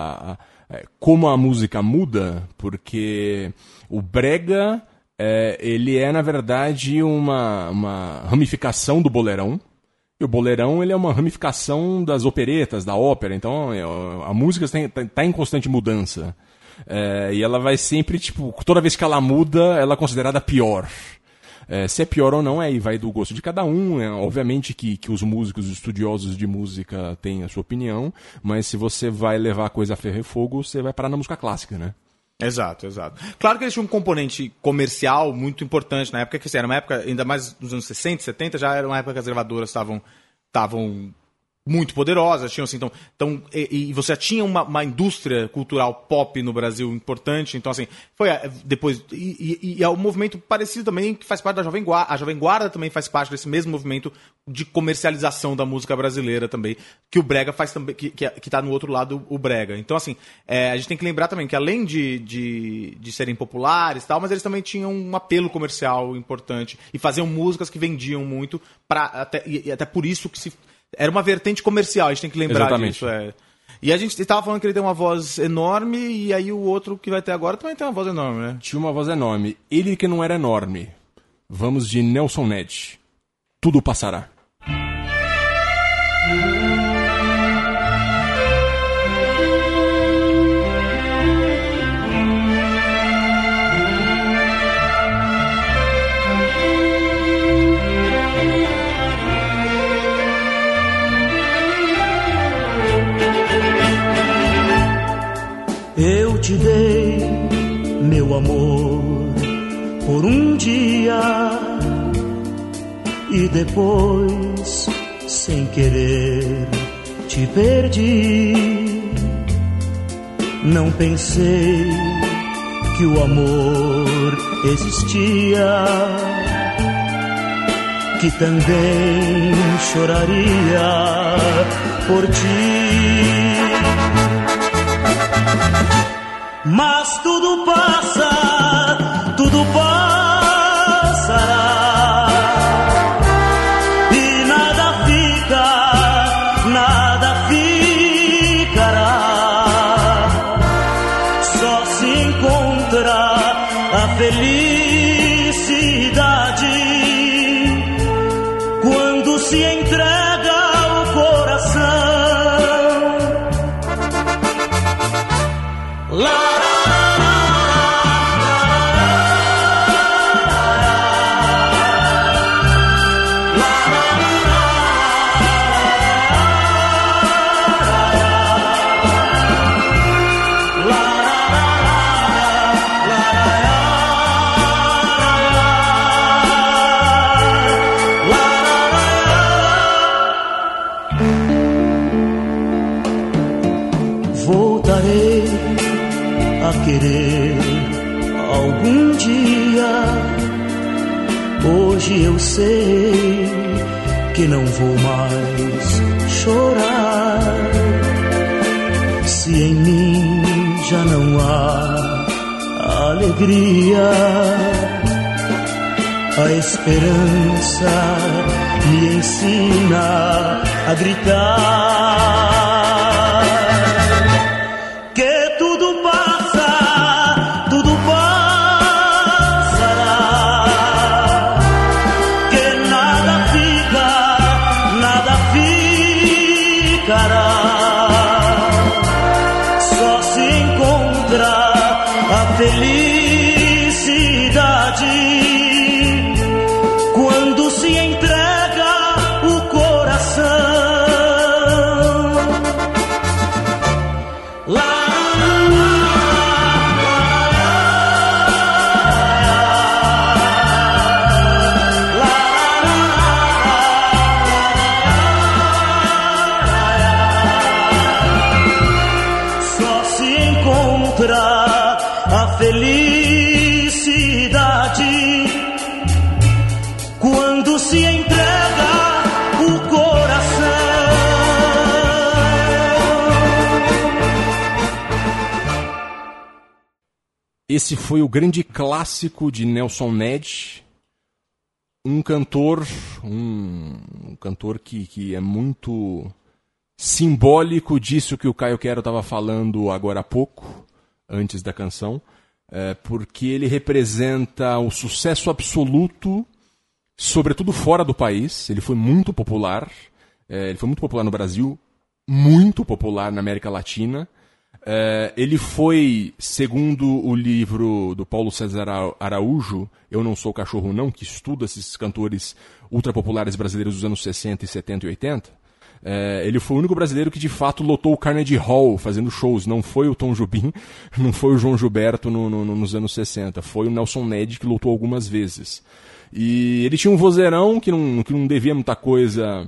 como a música muda, porque o brega ele é, na verdade, uma ramificação do bolerão. E o bolerão ele é uma ramificação das operetas, da ópera. Então a música está em constante mudança. E ela vai sempre, toda vez que ela muda, ela é considerada pior. Se é pior ou não, aí vai do gosto de cada um. Obviamente que os músicos, os estudiosos de música têm a sua opinião, mas se você vai levar a coisa a ferro e fogo, você vai parar na música clássica, né? Exato. Claro que eles tinham um componente comercial muito importante na época, que era uma época, ainda mais nos anos 60, 70, já era uma época que as gravadoras estavam muito poderosas, tinham assim, e você já tinha uma indústria cultural pop no Brasil importante, então assim, foi depois, e é um movimento parecido também, que faz parte da Jovem Guarda, a Jovem Guarda também faz parte desse mesmo movimento de comercialização da música brasileira também, que o Brega faz também, que tá no outro lado o Brega. Então assim, a gente tem que lembrar também que além de serem populares e tal, mas eles também tinham um apelo comercial importante, e faziam músicas que vendiam muito, até por isso que era uma vertente comercial, a gente tem que lembrar disso. E a gente estava falando que ele tem uma voz enorme, e aí o outro que vai ter agora também tem uma voz enorme, né? Tinha uma voz enorme. Ele que não era enorme. Vamos de Nelson Ned. Tudo passará. Eu te dei meu amor por um dia e depois, sem querer, te perdi. Não pensei que o amor existia, que também choraria por ti. Mas tudo passa, tudo passará, e nada ficará. Só se encontra a felicidade quando se entrega o coração. Voltarei a querer algum dia. Hoje eu sei que não vou mais chorar. Se em mim já não há alegria, a esperança me ensina a gritar. Só se encontra a felicidade quando se entrega o coração. A felicidade quando se entrega o coração. Esse foi o grande clássico de Nelson Ned, um cantor que é muito simbólico disso que o Caio Quero estava falando agora há pouco, antes da canção, porque ele representa o sucesso absoluto, sobretudo fora do país. Ele foi muito popular, no Brasil, muito popular na América Latina. Ele foi, segundo o livro do Paulo César Araújo, Eu Não Sou Cachorro Não, que estuda esses cantores ultrapopulares brasileiros dos anos 60, 70 e 80, Ele foi o único brasileiro que de fato lotou o Carnegie Hall fazendo shows. Não foi o Tom Jobim, não foi o João Gilberto nos anos 60. Foi o Nelson Ned que lotou algumas vezes. E ele tinha um vozeirão que não devia muita coisa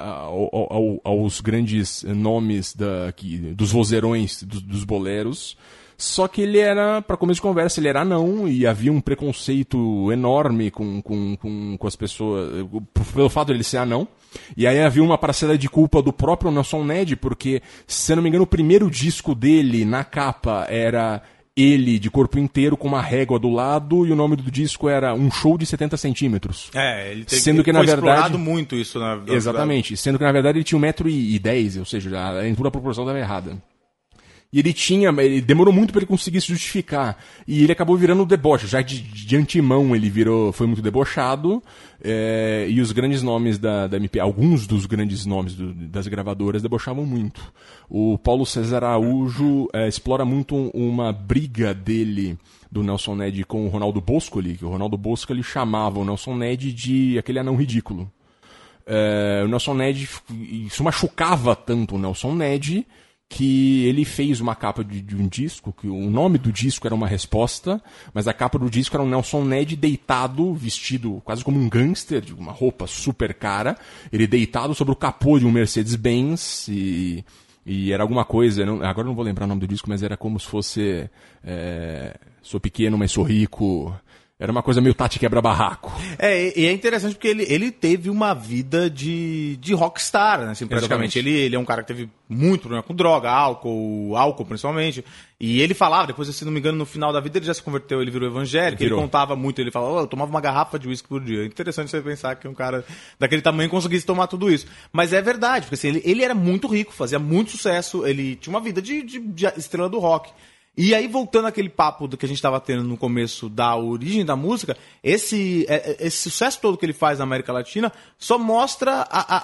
aos grandes nomes dos vozeirões, dos boleros. Só que ele era, para começo de conversa, ele era anão e havia um preconceito enorme com as pessoas, pelo fato de ele ser anão. E aí havia uma parcela de culpa do próprio Nelson Ned, porque, se eu não me engano, o primeiro disco dele, na capa, era ele de corpo inteiro com uma régua do lado, e o nome do disco era Um Show de 70 centímetros. Ele sendo que, foi na verdade, explorado muito isso. Exatamente, sendo que na verdade ele tinha 1,10 m, ou seja, em toda a proporção estava errada. E ele demorou muito para ele conseguir se justificar. E ele acabou virando deboche. Já de antemão ele foi muito debochado. E os grandes nomes da MP, alguns dos grandes nomes das gravadoras debochavam muito. O Paulo César Araújo explora muito uma briga dele, do Nelson Ned, com o Ronaldo Boscoli, que o Ronaldo Boscoli chamava o Nelson Ned de aquele anão ridículo. O Nelson Ned, isso machucava tanto o Nelson Ned, que ele fez uma capa de um disco, que o nome do disco era uma resposta, mas a capa do disco era um Nelson Ned deitado, vestido quase como um gangster, de uma roupa super cara, ele deitado sobre o capô de um Mercedes-Benz, e era alguma coisa, agora eu não vou lembrar o nome do disco, mas era como se fosse sou pequeno, mas sou rico. Era uma coisa meio Tati quebra-barraco. E é interessante porque ele teve uma vida de rockstar, né? Assim, praticamente. Ele é um cara que teve muito problema com droga, álcool principalmente. E ele falava, depois, se não me engano, no final da vida ele já se converteu, ele virou evangélico, ele contava muito, ele falava, eu tomava uma garrafa de uísque por dia. É interessante você pensar que um cara daquele tamanho conseguisse tomar tudo isso. Mas é verdade, porque assim, ele era muito rico, fazia muito sucesso, ele tinha uma vida de estrela do rock. E aí, voltando àquele papo do que a gente estava tendo no começo da origem da música, esse sucesso todo que ele faz na América Latina só mostra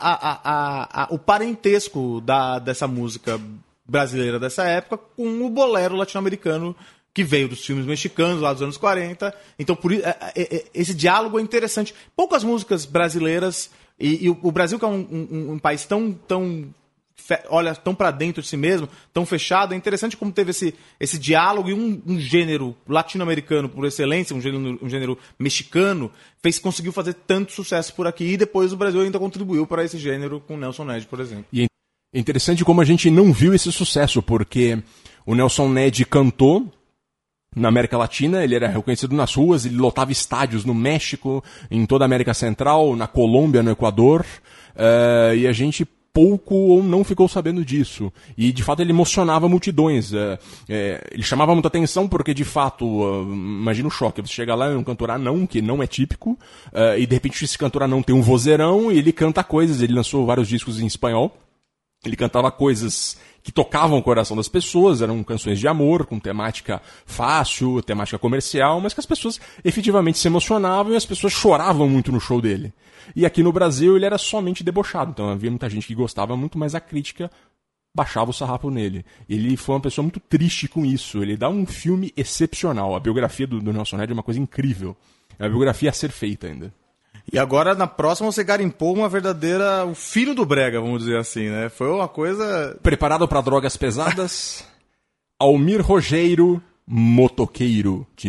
o parentesco dessa música brasileira dessa época com o bolero latino-americano que veio dos filmes mexicanos lá dos anos 40. Então, por isso, esse diálogo é interessante. Poucas músicas brasileiras, e o Brasil, que é um país tão olha tão pra dentro de si mesmo, tão fechado, é interessante como teve esse diálogo, e um gênero latino-americano por excelência, um gênero mexicano, conseguiu fazer tanto sucesso por aqui, e depois o Brasil ainda contribuiu para esse gênero com Nelson Ned, por exemplo. E é interessante como a gente não viu esse sucesso, porque o Nelson Ned cantou na América Latina, ele era reconhecido nas ruas, ele lotava estádios no México, em toda a América Central, na Colômbia, no Equador, e a gente pouco ou não ficou sabendo disso. E, de fato, ele emocionava multidões. Ele chamava muita atenção porque, de fato, imagina o choque. Você chega lá e um cantor anão, que não é típico, e, de repente, esse cantor anão tem um vozeirão e ele canta coisas. Ele lançou vários discos em espanhol. Ele cantava coisas que tocavam o coração das pessoas, eram canções de amor, com temática fácil, temática comercial, mas que as pessoas efetivamente se emocionavam e as pessoas choravam muito no show dele. E aqui no Brasil ele era somente debochado, então havia muita gente que gostava muito, mas a crítica baixava o sarrafo nele. Ele foi uma pessoa muito triste com isso, ele dá um filme excepcional. A biografia do Nelson Ned é uma coisa incrível, é uma biografia a ser feita ainda. E agora, na próxima, você garimpou o filho do brega, vamos dizer assim, né? Foi uma coisa... Preparado para drogas pesadas? Almir Rogeiro, Motoqueiro, de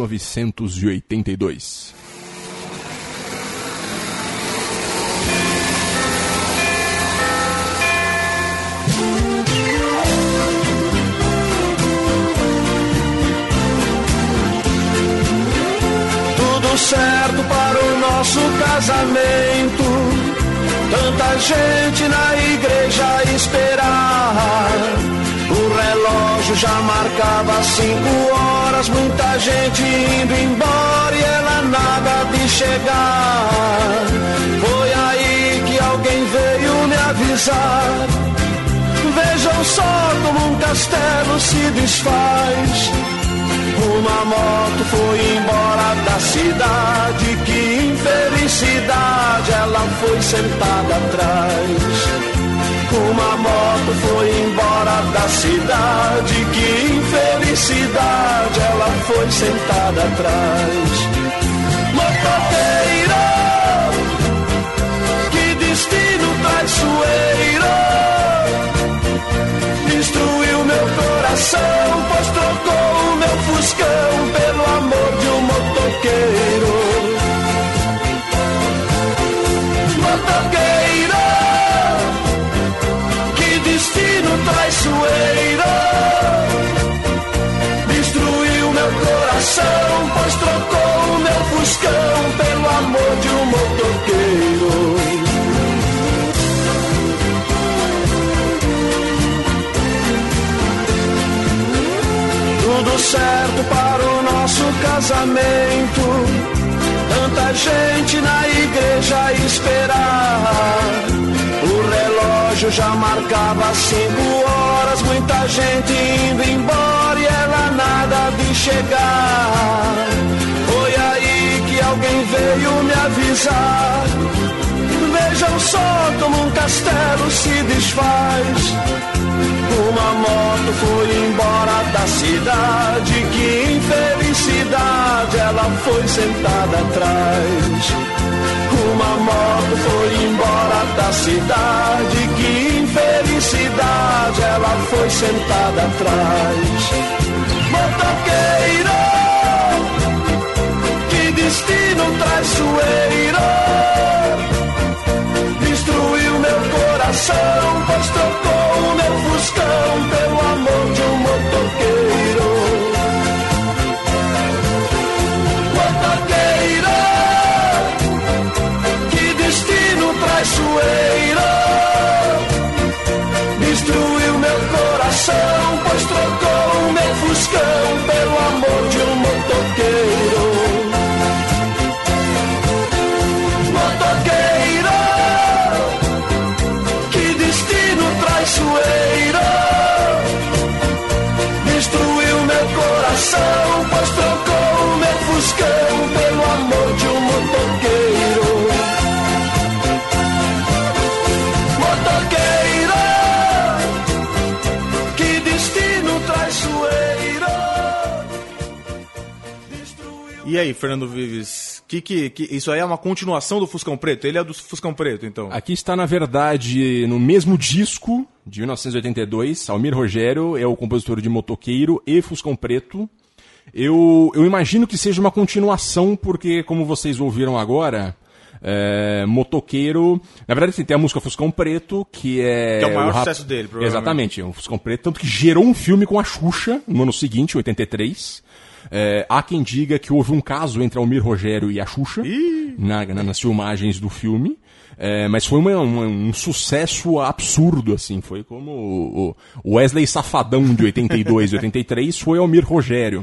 1982. Certo para o nosso casamento, tanta gente na igreja a esperar. O relógio já marcava 5 horas, muita gente indo embora e ela nada de chegar. Foi aí que alguém veio me avisar. Vejam só como um castelo se desfaz. Uma moto foi embora da cidade, que infelicidade, ela foi sentada atrás. Uma moto foi embora da cidade, que infelicidade, ela foi sentada atrás. Motoqueiro, que destino traiçoeiro, tudo certo para o nosso casamento. Tanta gente na igreja a esperar. O relógio já marcava 5 horas, muita gente indo embora e ela nada de chegar. Foi aí que alguém veio me avisar. Vejam só como um castelo se desfaz. Uma moto foi embora da cidade, que infelicidade, ela foi sentada atrás. Uma moto foi embora da cidade, que infelicidade, ela foi sentada atrás. Motoqueiro, que destino traiçoeiro, destruiu meu coração, pois trocou o meu Fuscão pelo amor de um motoqueiro. Motoqueiro, que destino traiçoeiro, destruiu meu coração, pois trocou o meu Fuscão pelo amor de um motoqueiro. Motoqueiro, que destino traiçoeiro, destruiu meu coração, pois trocou o meu Fuscão pelo amor de um motoqueiro. Motoqueiro, que destino traiçoeiro. E aí, Fernando Vives? Que isso aí é uma continuação do Fuscão Preto? Ele é do Fuscão Preto, então? Aqui está, na verdade, no mesmo disco de 1982. Almir Rogério é o compositor de Motoqueiro e Fuscão Preto. Eu imagino que seja uma continuação, porque, como vocês ouviram agora, Motoqueiro... Na verdade, tem a música Fuscão Preto, que é... Que é o maior sucesso dele, provavelmente. Exatamente, é o Fuscão Preto, tanto que gerou um filme com a Xuxa no ano seguinte, 83. Há quem diga que houve um caso entre Almir Rogério e a Xuxa nas filmagens do filme, mas foi um sucesso absurdo, assim. Foi como o Wesley Safadão de 82 e 83 foi Almir Rogério.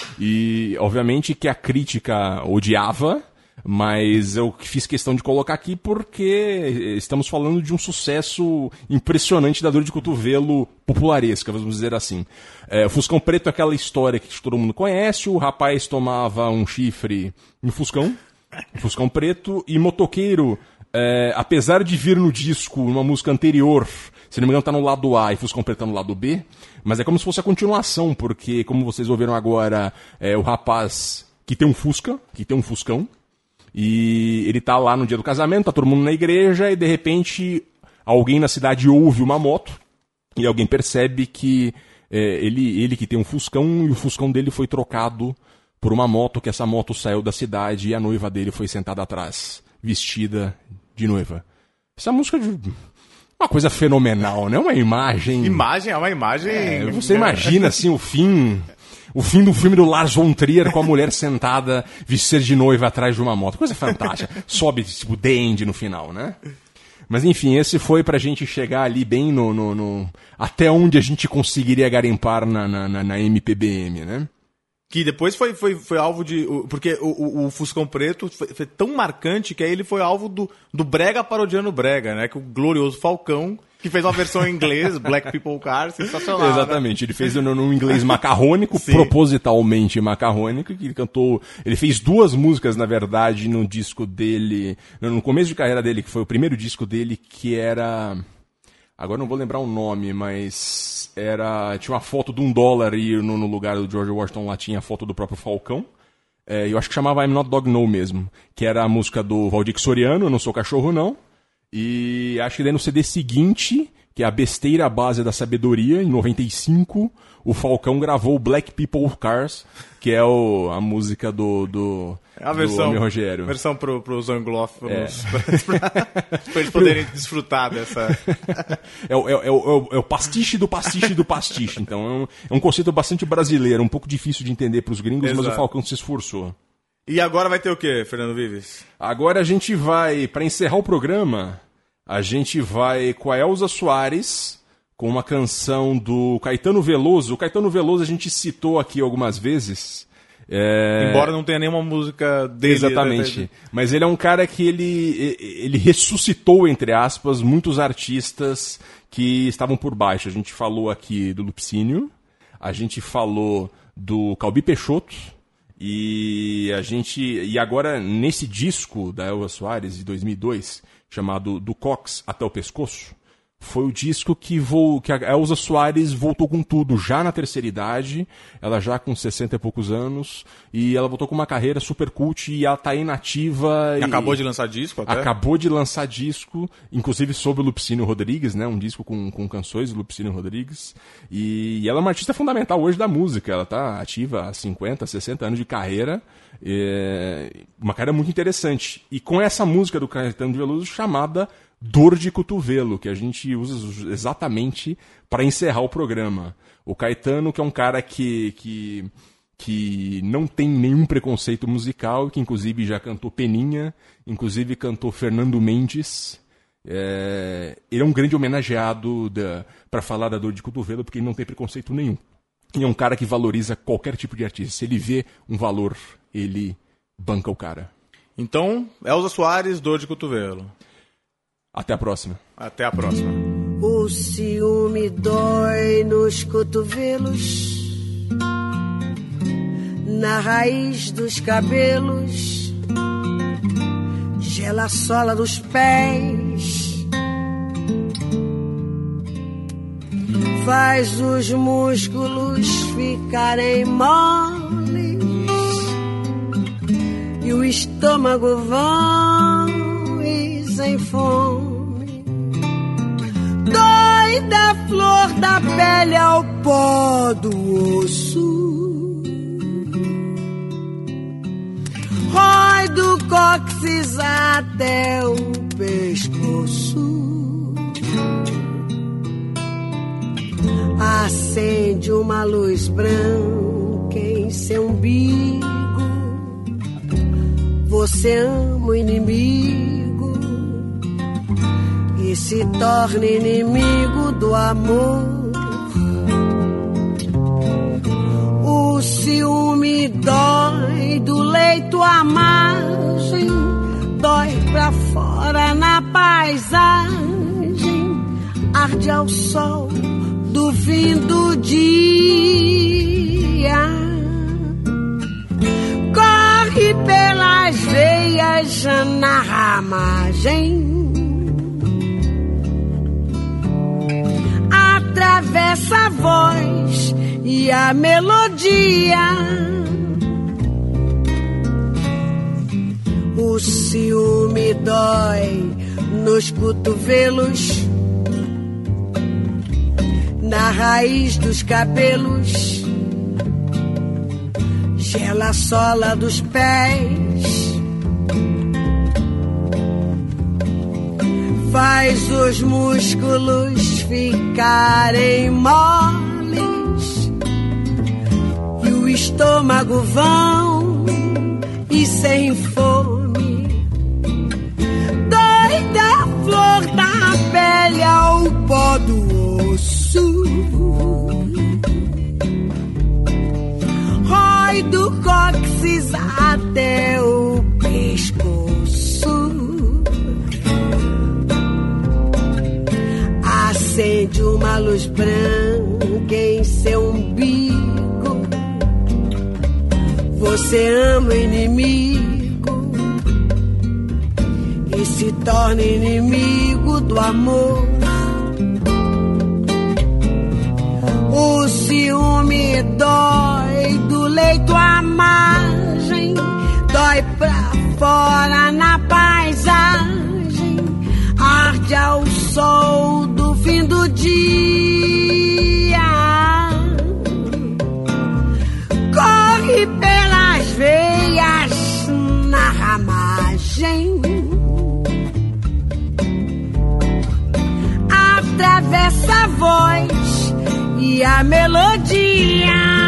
E obviamente que a crítica odiava, mas eu fiz questão de colocar aqui porque estamos falando de um sucesso impressionante da dor de cotovelo popularesca, vamos dizer assim. O Fuscão Preto é aquela história que todo mundo conhece, o rapaz tomava um chifre no Fuscão Preto, e Motoqueiro, apesar de vir no disco, uma música anterior, se não me engano tá no lado A e Fuscão Preto tá no lado B, mas é como se fosse a continuação, porque, como vocês ouviram agora, o rapaz que tem um Fuscão, e ele tá lá no dia do casamento, tá todo mundo na igreja, e de repente alguém na cidade ouve uma moto, e alguém percebe que ele que tem um Fuscão, e o Fuscão dele foi trocado por uma moto, que essa moto saiu da cidade e a noiva dele foi sentada atrás, vestida de noiva. Essa música é uma coisa fenomenal, né? Uma imagem... É uma imagem... Você imagina, assim, o fim do filme do Lars von Trier com a mulher sentada, vestida de noiva atrás de uma moto. Coisa fantástica. Sobe, tipo, The End no final, né? Mas, enfim, esse foi pra gente chegar ali bem até onde a gente conseguiria garimpar na MPBM, né? Que depois foi alvo de... Porque o Fuscão Preto foi tão marcante que aí ele foi alvo do Brega parodiando Brega, né? Que o glorioso Falcão, que fez uma versão em inglês, Black People Car, sensacional. Exatamente, né? Ele fez num inglês macarrônico, propositalmente macarrônico, que ele cantou... Ele fez 2 músicas, na verdade, no disco dele, no começo de carreira dele, que foi o primeiro disco dele, que era... Agora não vou lembrar o nome, mas tinha uma foto de $1 e no lugar do George Washington lá tinha a foto do próprio Falcão. Eu acho que chamava I'm Not Dog No mesmo, que era a música do Valdir Soriano, Eu Não Sou Cachorro Não. E acho que daí no CD seguinte, que é A Besteira Base da Sabedoria, em 95, o Falcão gravou Black People Cars, que é a música do Almir Rogério. A versão pros anglófonos, pra eles poderem desfrutar dessa... É o pastiche do pastiche do pastiche. Então é um conceito bastante brasileiro, um pouco difícil de entender pros gringos, Exato. Mas o Falcão se esforçou. E agora vai ter o quê, Fernando Vives? Agora a gente vai, para encerrar o programa, a gente vai com a Elza Soares com uma canção do Caetano Veloso. O Caetano Veloso a gente citou aqui algumas vezes. Embora não tenha nenhuma música dele. Exatamente. Mas ele é um cara que ele ressuscitou, entre aspas, muitos artistas que estavam por baixo. A gente falou aqui do Lupicínio, a gente falou do Calbi Peixoto, e agora nesse disco da Elza Soares de 2002, chamado Do Cox até o Pescoço, foi o disco que a Elza Soares voltou com tudo, já na terceira idade, ela já com 60 e poucos anos, e ela voltou com uma carreira super cult, e ela tá inativa. Acabou de lançar disco até? Acabou de lançar disco, inclusive sobre o Lupicínio Rodrigues, né? Um disco com canções do Lupicínio Rodrigues. E ela é uma artista fundamental hoje da música, ela tá ativa há 50, 60 anos de carreira, uma carreira muito interessante. E com essa música do Caetano Veloso chamada Dor de Cotovelo, que a gente usa exatamente para encerrar o programa. O Caetano, que é um cara que não tem nenhum preconceito musical, que inclusive já cantou Peninha, inclusive cantou Fernando Mendes. Ele é um grande homenageado para falar da dor de cotovelo, porque ele não tem preconceito nenhum. E é um cara que valoriza qualquer tipo de artista. Se ele vê um valor, ele banca o cara. Então, Elza Soares, Dor de Cotovelo. Até a próxima. Até a próxima. O ciúme dói nos cotovelos, na raiz dos cabelos, gela a sola dos pés, faz os músculos ficarem moles e o estômago vão e sem fome. Dói da flor da pele ao pó do osso, rói do cóccix até o pescoço. Acende uma luz branca em seu umbigo. Você ama o inimigo e se torna inimigo do amor. O ciúme dói do leito à margem, dói pra fora na paisagem, arde ao sol do fim do dia, corre pelas veias na ramagem, atravessa a voz e a melodia. O ciúme dói nos cotovelos, na raiz dos cabelos, gela a sola dos pés, faz os músculos ficarem moles e o estômago vão e sem fome. Dói da flor da pele ao pó do osso, rói do cóccix até o pescoço. Acende uma luz branca em seu umbigo. Você ama o inimigo e se torna inimigo do amor. O ciúme dói do leito à margem, dói pra fora na paisagem, arde ao sol do fim do dia, corre pelas veias na ramagem, atravessa a voz e a melodia.